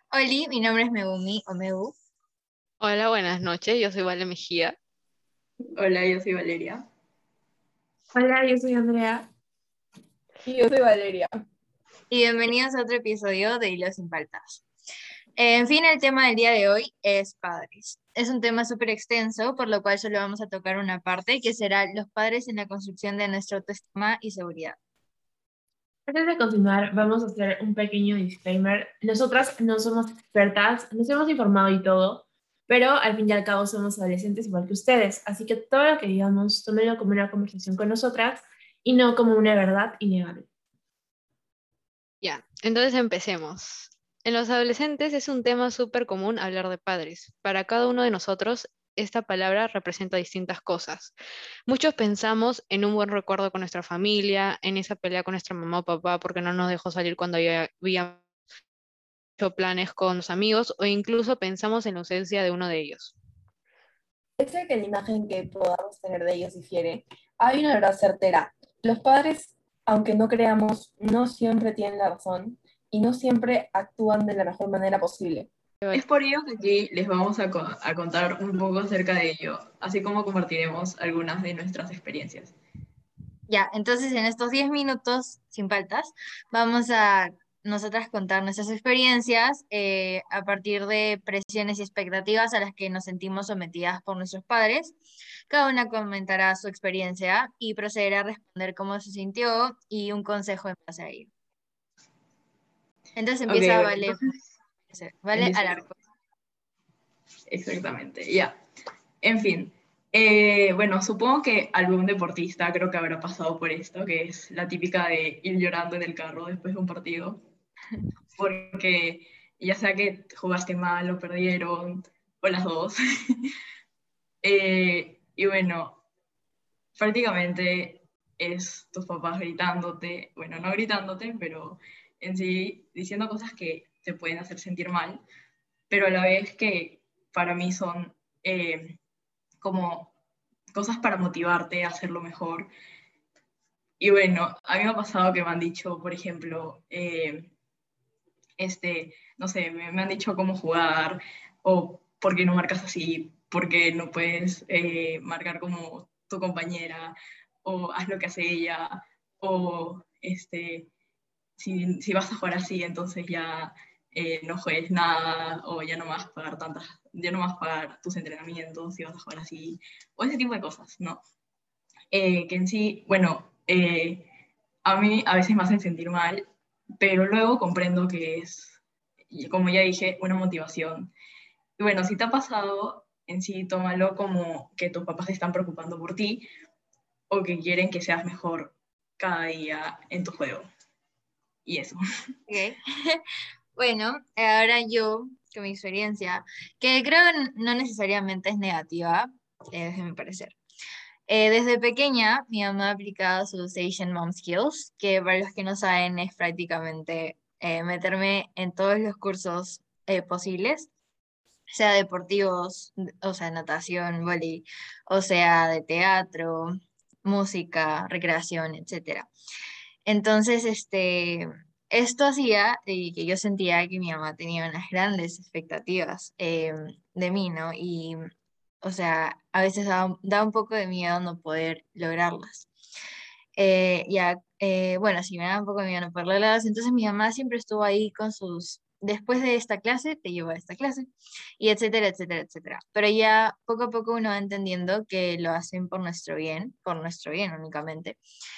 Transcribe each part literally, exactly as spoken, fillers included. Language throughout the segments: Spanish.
Oli, mi nombre es Megumi o Megu. Hola, buenas noches. Yo soy Vale Mejía. Hola, yo soy Valeria. Hola, yo soy Andrea. Y yo soy Valeria. Y bienvenidos a otro episodio de Hilos sin Paltas. En fin, el tema del día de hoy es padres. Es un tema súper extenso, por lo cual solo vamos a tocar una parte, que será los padres en la construcción de nuestra autoestima y seguridad. Antes de continuar, vamos a hacer un pequeño disclaimer. Nosotras no somos expertas, nos hemos informado y todo, pero al fin y al cabo somos adolescentes igual que ustedes, así que todo lo que digamos, tómenlo como una conversación con nosotras y no como una verdad innegable. Ya, entonces empecemos. En los adolescentes es un tema súper común hablar de padres. Para cada uno de nosotros, esta palabra representa distintas cosas. Muchos pensamos en un buen recuerdo con nuestra familia, en esa pelea con nuestra mamá o papá porque no nos dejó salir cuando había- habíamos hecho planes con los amigos, o incluso pensamos en la ausencia de uno de ellos. Pese a que la imagen que podamos tener de ellos difiere, hay una verdad certera. Los padres, aunque no creamos, no siempre tienen la razón y no siempre actúan de la mejor manera posible. Es por ello que aquí les vamos a, co- a contar un poco acerca de ello, así como compartiremos algunas de nuestras experiencias. Ya, entonces en estos diez minutos sin paltas, vamos a nosotras contar nuestras experiencias eh, a partir de presiones y expectativas a las que nos sentimos sometidas por nuestros padres. Cada una comentará su experiencia y procederá a responder cómo se sintió y un consejo en base a ello. Entonces Ok, empieza bueno, Vale, entonces Vale empiezo al yo. arco. Exactamente, ya. En fin, eh, bueno, supongo que algún deportista creo que habrá pasado por esto, que es la típica de ir llorando en el carro después de un partido, porque ya sea que jugaste mal o perdieron, o las dos. Eh, y bueno, prácticamente es tus papás gritándote, bueno, no gritándote, pero en sí diciendo cosas que te pueden hacer sentir mal, pero a la vez que para mí son eh, como cosas para motivarte a hacerlo mejor. Y bueno, a mí me ha pasado que me han dicho, por ejemplo, eh, este, no sé, me, me han dicho cómo jugar, o por qué no marcas así, por qué no puedes eh, marcar como tu compañera, o haz lo que hace ella, o este, si, si vas a jugar así, entonces ya eh, no juegues nada, o ya no vas a pagar tantas, ya no vas a pagar tus entrenamientos si vas a jugar así, o ese tipo de cosas, ¿no? Eh, que en sí, bueno, eh, a mí a veces me hacen sentir mal, pero luego comprendo que es, y como ya dije, una motivación. Y bueno, si te ha pasado, en sí, tómalo como que tus papás se están preocupando por ti o que quieren que seas mejor cada día en tu juego. Y eso. Ok. Bueno, ahora yo, con mi experiencia, que creo que no necesariamente es negativa, eh, desde mi parecer. Eh, desde pequeña, mi mamá ha aplicado sus Asian Mom Skills, que para los que no saben es prácticamente eh, meterme en todos los cursos eh, posibles, sea deportivos, o sea, natación, vóley, o sea, de teatro, música, recreación, etcétera. Entonces, este, esto hacía eh, que yo sentía que mi mamá tenía unas grandes expectativas eh, de mí, ¿no? Y, o sea, a veces da, un- da un poco de miedo no poder lograrlas. Eh, ya, eh, bueno, sí, me da un poco de miedo no poder lograrlas. Entonces mi mamá siempre estuvo ahí con sus, después de esta clase, te llevo a esta clase, y etcétera, etcétera, etcétera. Pero ya poco a poco uno va entendiendo que lo hacen por nuestro bien, por nuestro bien únicamente.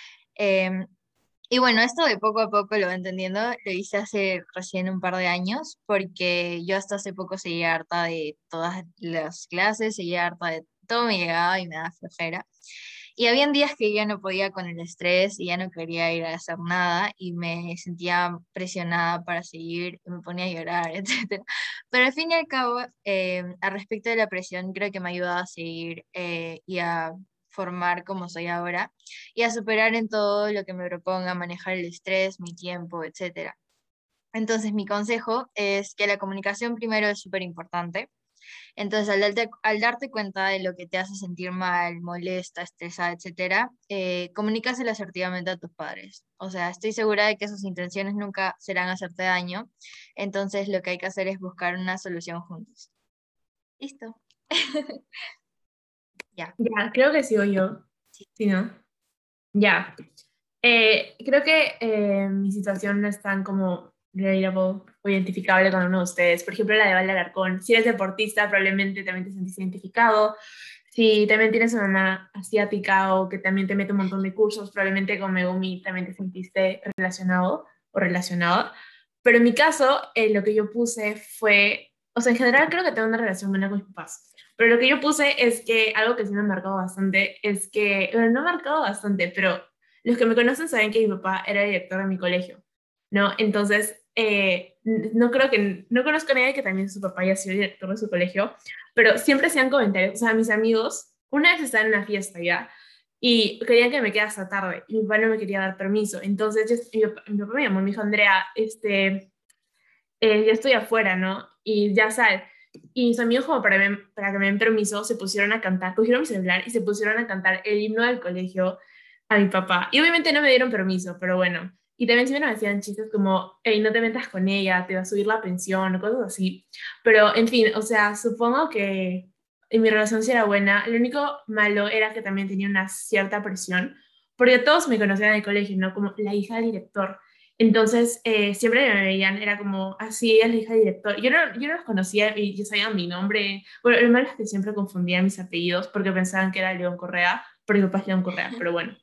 Em, y bueno, esto de poco a poco lo voy entendiendo, lo hice hace recién un par de años, porque yo hasta hace poco seguía harta de todas las clases, seguía harta de todo, me llegaba y me daba flojera. Y habían días que ya no podía con el estrés y ya no quería ir a hacer nada y me sentía presionada para seguir, y me ponía a llorar, etcétera. Pero al fin y al cabo, eh, al respecto de la presión, creo que me ha ayudado a seguir eh, y a formar como soy ahora y a superar en todo lo que me proponga, manejar el estrés, mi tiempo, etcétera. Entonces, mi consejo es que la comunicación primero es súper importante. Entonces, al darte, al darte cuenta de lo que te hace sentir mal, molesta, estresada, etcétera, eh, comunícaselo asertivamente a tus padres. O sea, estoy segura de que sus intenciones nunca serán hacerte daño. Entonces, lo que hay que hacer es buscar una solución juntos. Listo. Ya. Ya, creo que sigo yo. Sí, ¿no? Ya. Eh, creo que eh, mi situación no es tan como relatable o identificable con uno de ustedes. Por ejemplo, la de Vale Alarcón. Si eres deportista, probablemente también te sentís identificado. Si también tienes una mamá asiática o que también te mete un montón de cursos, probablemente con Megumi también te sentiste relacionado o relacionada. Pero en mi caso, eh, lo que yo puse fue, o sea, en general creo que tengo una relación buena con mis papás. Pero lo que yo puse es que algo que sí me ha marcado bastante es que, bueno, no ha marcado bastante, pero los que me conocen saben que mi papá era director de mi colegio, ¿no? Entonces, eh, no creo que, no conozco a nadie que también su papá haya sido director de su colegio, pero siempre hacían comentarios, o sea, mis amigos, una vez estaban en una fiesta ya, y querían que me quedara hasta tarde, y mi papá no me quería dar permiso, entonces yo- mi, papá, mi papá me llamó y me dijo, Andrea, este, eh, ya estoy afuera, ¿no? Y ya sal. Y mis amigos, como para, me- para que me den permiso, se pusieron a cantar, cogieron mi celular y se pusieron a cantar el himno del colegio a mi papá. Y obviamente no me dieron permiso, pero bueno. Y también siempre me hacían chistes como, hey, no te metas con ella, te va a subir la pensión, o cosas así. Pero, en fin, o sea, supongo que en mi relación sí era buena. Lo único malo era que también tenía una cierta presión, porque todos me conocían en el colegio, ¿no? Como la hija del director. Entonces, eh, siempre me veían, era como, así, ella es la hija del director. Yo no, yo no los conocía y yo sabía mi nombre. Bueno, lo malo es que siempre confundía mis apellidos porque pensaban que era León Correa, porque mi papá es León Correa, pero bueno.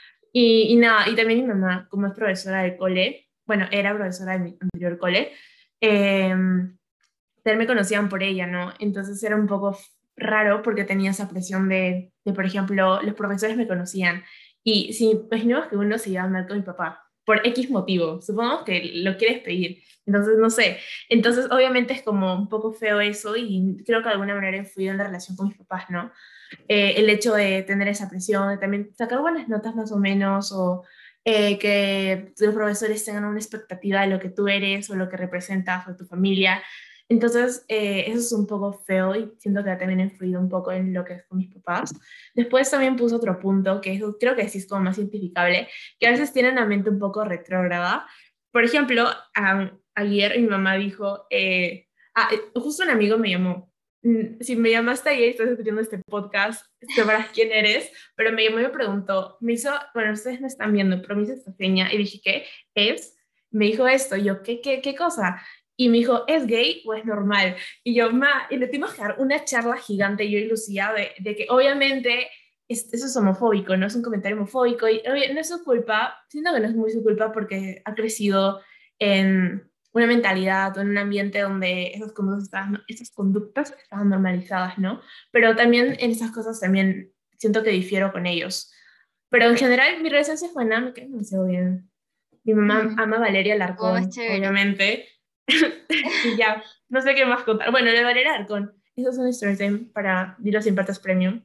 Y, y nada, y también mi mamá, como es profesora de cole, bueno, era profesora de mi anterior cole, eh, también me conocían por ella, ¿no? Entonces era un poco raro porque tenía esa presión de, de, por ejemplo, los profesores me conocían. Y si imaginemos que uno se iba a hablar con mi papá por X motivo, supongamos que lo quieres pedir, entonces no sé. Entonces, obviamente es como un poco feo eso y creo que de alguna manera influido en la relación con mis papás, ¿no? Eh, el hecho de tener esa presión, de también sacar buenas notas más o menos, o eh, que los profesores tengan una expectativa de lo que tú eres o lo que representas o tu familia. Entonces, eh, eso es un poco feo y siento que también ha influido un poco en lo que es con mis papás. Después también puse otro punto, que eso creo que sí es como más identificable, que a veces tienen la mente un poco retrógrada. Por ejemplo, um, ayer mi mamá dijo, eh, ah, eh, justo un amigo me llamó. Mm, Si me llamaste ayer y estás escuchando este podcast, sabrás quién eres, pero me llamó y me preguntó, me hizo, bueno, ustedes me están viendo, pero me hizo esta seña y dije, ¿qué es? Me dijo esto, y yo, ¿qué, qué, qué cosa? Y me dijo, ¿es gay o es normal? Y yo, ma, y le tuvimos que dar una charla gigante, yo y Lucía, de, de que obviamente es- eso es homofóbico, ¿no? Es un comentario homofóbico y obvio, no es su culpa, siento que no es muy su culpa porque ha crecido en una mentalidad o en un ambiente donde esas conductas, estaban- esas conductas estaban normalizadas, ¿no? Pero también en esas cosas también siento que difiero con ellos. Pero en general mi relación sí es buena, me cae demasiado bien. Mi mamá ama a Valeria Oh, es Alarcón, chévere. obviamente. Y ya, no sé qué más contar. Bueno, de Valeria Alarcón. Eso es un story time para Dilo Sin Patas Premium.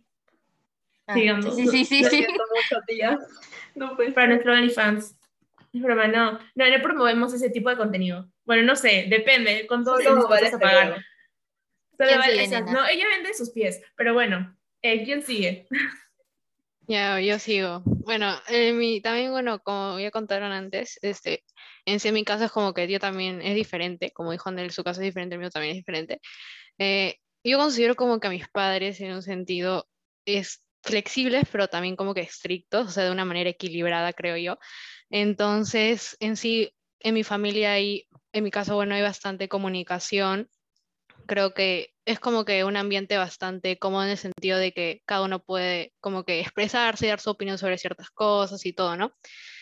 Ah, sí, Sigamos. sí, sí, sí, Lo sí. siento mucho, tía. No puede Para ser. nuestro OnlyFans. Es broma, no. No, no promovemos ese tipo de contenido. Bueno, no sé, depende. ¿Cuánto estén Solo vale dispuestos a pagar? seguro. Solo ¿Quién vale, sigue, exacto. nena? No, ella vende sus pies, pero bueno. Eh, ¿quién sigue? Ya, yo sigo. Bueno, en mi, también, bueno, como ya contaron antes, este, en sí en mi caso es como que yo también es diferente, como dijo Andel, su caso es diferente, el mío también es diferente. Eh, yo considero como que a mis padres en un sentido es flexibles, pero también como que estrictos, o sea, de una manera equilibrada, creo yo. Entonces, en sí, en mi familia hay, en mi caso, bueno, hay bastante comunicación. Creo que es como que un ambiente bastante cómodo en el sentido de que cada uno puede como que expresarse y dar su opinión sobre ciertas cosas y todo, ¿no?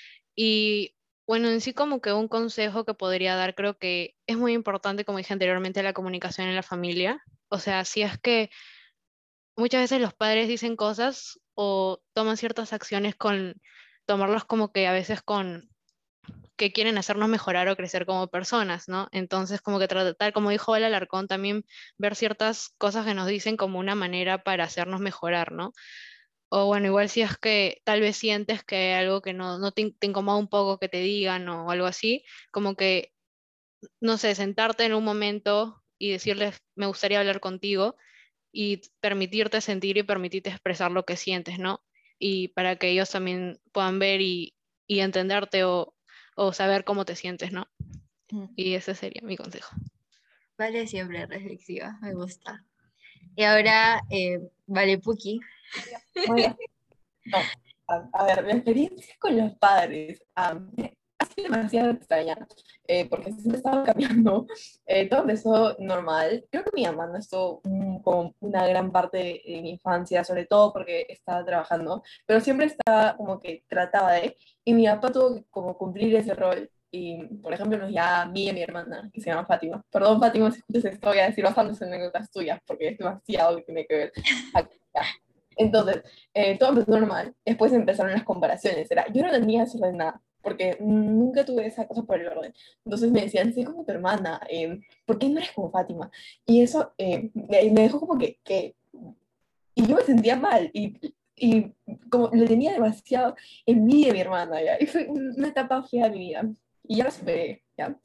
Y bueno, en sí como que un consejo que podría dar, creo que es muy importante, como dije anteriormente, la comunicación en la familia. O sea, si es que muchas veces los padres dicen cosas o toman ciertas acciones con tomarlas como que a veces con que quieren hacernos mejorar o crecer como personas, ¿no? Entonces, como que tratar, como dijo el Alarcón, también ver ciertas cosas que nos dicen como una manera para hacernos mejorar, ¿no? O bueno, igual si es que tal vez sientes que hay algo que no, no te, in- te incomoda un poco que te digan o algo así, como que, no sé, sentarte en un momento y decirles, me gustaría hablar contigo y permitirte sentir y permitirte expresar lo que sientes, ¿no? Y para que ellos también puedan ver y, y entenderte o, o saber cómo te sientes, ¿no? Mm. Y ese sería mi consejo. Vale, siempre reflexiva, me gusta. Y ahora, eh, vale, Puki. Oiga, no, a, a ver, mi experiencia con los padres ah, ha sido demasiado extraña, eh, porque siempre estaba cambiando. Eh, todo empezó normal. Creo que mi mamá no estuvo mm, como una gran parte de, de mi infancia, sobre todo porque estaba trabajando, pero siempre estaba como que trataba de, y mi papá tuvo que como cumplir ese rol. Y, por ejemplo, nos llama a mí y a mi hermana, que se llama Fátima. Perdón, Fátima, si escuchas esto, voy a decir bastantes anécdotas tuyas, porque es demasiado que tiene que ver. Entonces, eh, todo empezó normal. Después empezaron las comparaciones. Era, yo no tenía eso de nada, porque nunca tuve esa cosa por el orden. Entonces me decían, sé como tu hermana, eh, ¿por qué no eres como Fátima? Y eso eh, me, me dejó como que, que... Y yo me sentía mal. Y, y como le tenía demasiado envidia a mi hermana, ¿ya? Y fue una etapa fea de mi vida. Y ya la superé, ¿ya?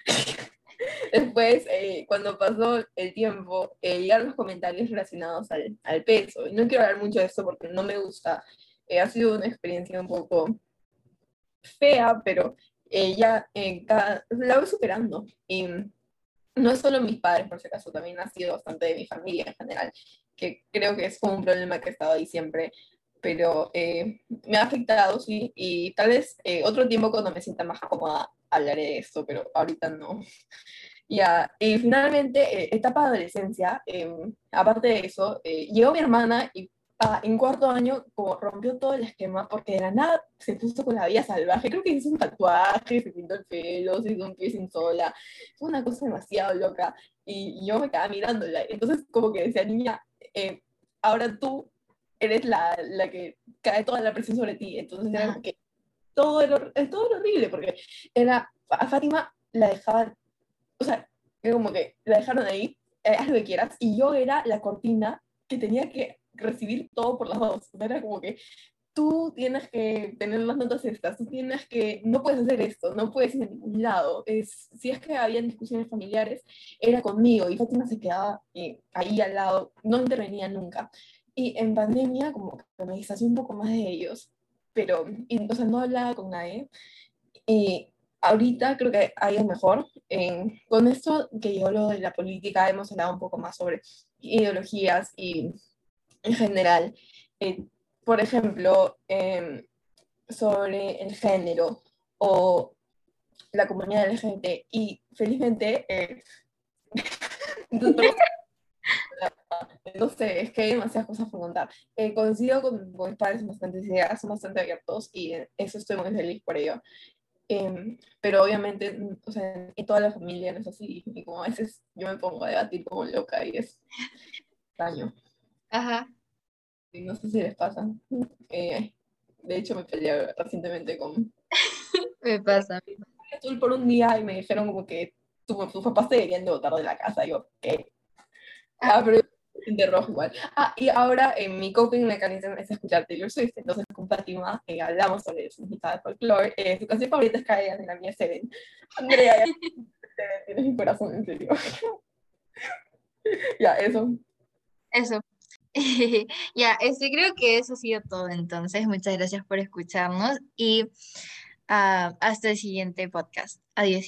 Después, eh, cuando pasó el tiempo, eh, llegaron los comentarios relacionados al, al peso. Y no quiero hablar mucho de esto porque no me gusta. Eh, ha sido una experiencia un poco fea, pero eh, ya eh, cada- la voy superando. Y no es solo mis padres, por si acaso, también ha sido bastante de mi familia en general, que creo que es como un problema que ha estado ahí siempre, pero eh, me ha afectado, sí, y tal vez eh, otro tiempo cuando me sienta más cómoda hablaré de esto, pero ahorita no. Ya, y finalmente, eh, etapa de adolescencia, eh, aparte de eso, eh, llegó mi hermana y ah, en cuarto año como rompió todo el esquema porque de la nada se puso con la vida salvaje. Creo que hizo un tatuaje, se pintó el pelo, se hizo un piercing sola. Fue una cosa demasiado loca y, y yo me quedaba mirándola. Entonces como que decía, niña, eh, ahora tú eres la, la que cae toda la presión sobre ti. Entonces era Ajá. Ah, como que todo era, todo era horrible porque era, a Fátima la dejaban, o sea, era como que la dejaron ahí, eh, haz lo que quieras, y yo era la cortina que tenía que recibir todo por las dos. O sea, era como que tú tienes que tener las notas estas, tú tienes que, no puedes hacer esto, no puedes ir a ningún lado. Es, si es que habían discusiones familiares, era conmigo, y Fátima se quedaba eh, ahí al lado, no intervenía nunca. Y en pandemia, como que me distancié un poco más de ellos, pero, y, o sea, no hablaba con nadie, y ahorita creo que ha ido mejor. Eh, con esto que llegó lo de la política, hemos hablado un poco más sobre ideologías y en general, eh, por ejemplo, eh, sobre el género o la comunidad L G B T. Y felizmente, eh, no sé, es que hay demasiadas cosas por contar. Eh, coincido con, con mis padres en bastantes ideas, son bastante abiertos y eso estoy muy feliz por ello. Eh, pero obviamente, o sea, en toda la familia no es así, y como a veces yo me pongo a debatir como loca y es extraño. Ajá, Y no sé si les pasa. Eh, de hecho, me peleé recientemente con me pasa. Azul por un día y me dijeron como que tu- tus papás te deberían de botar de la casa. Y yo, ¿qué? Ah, Ah, pero yo de rojo igual. Ah, y ahora en mi coping mechanism es escuchar Taylor Swift. Entonces con Fátima eh, hablamos sobre el significado de folclore. Eh, su canción favorita es Caen y la mía es Seven. Andrea, ya, tienes mi corazón, en serio. Ya, eso. eso. Ya, este, creo que eso ha sido todo entonces. Muchas gracias por escucharnos y ah, hasta el siguiente podcast. Adiós.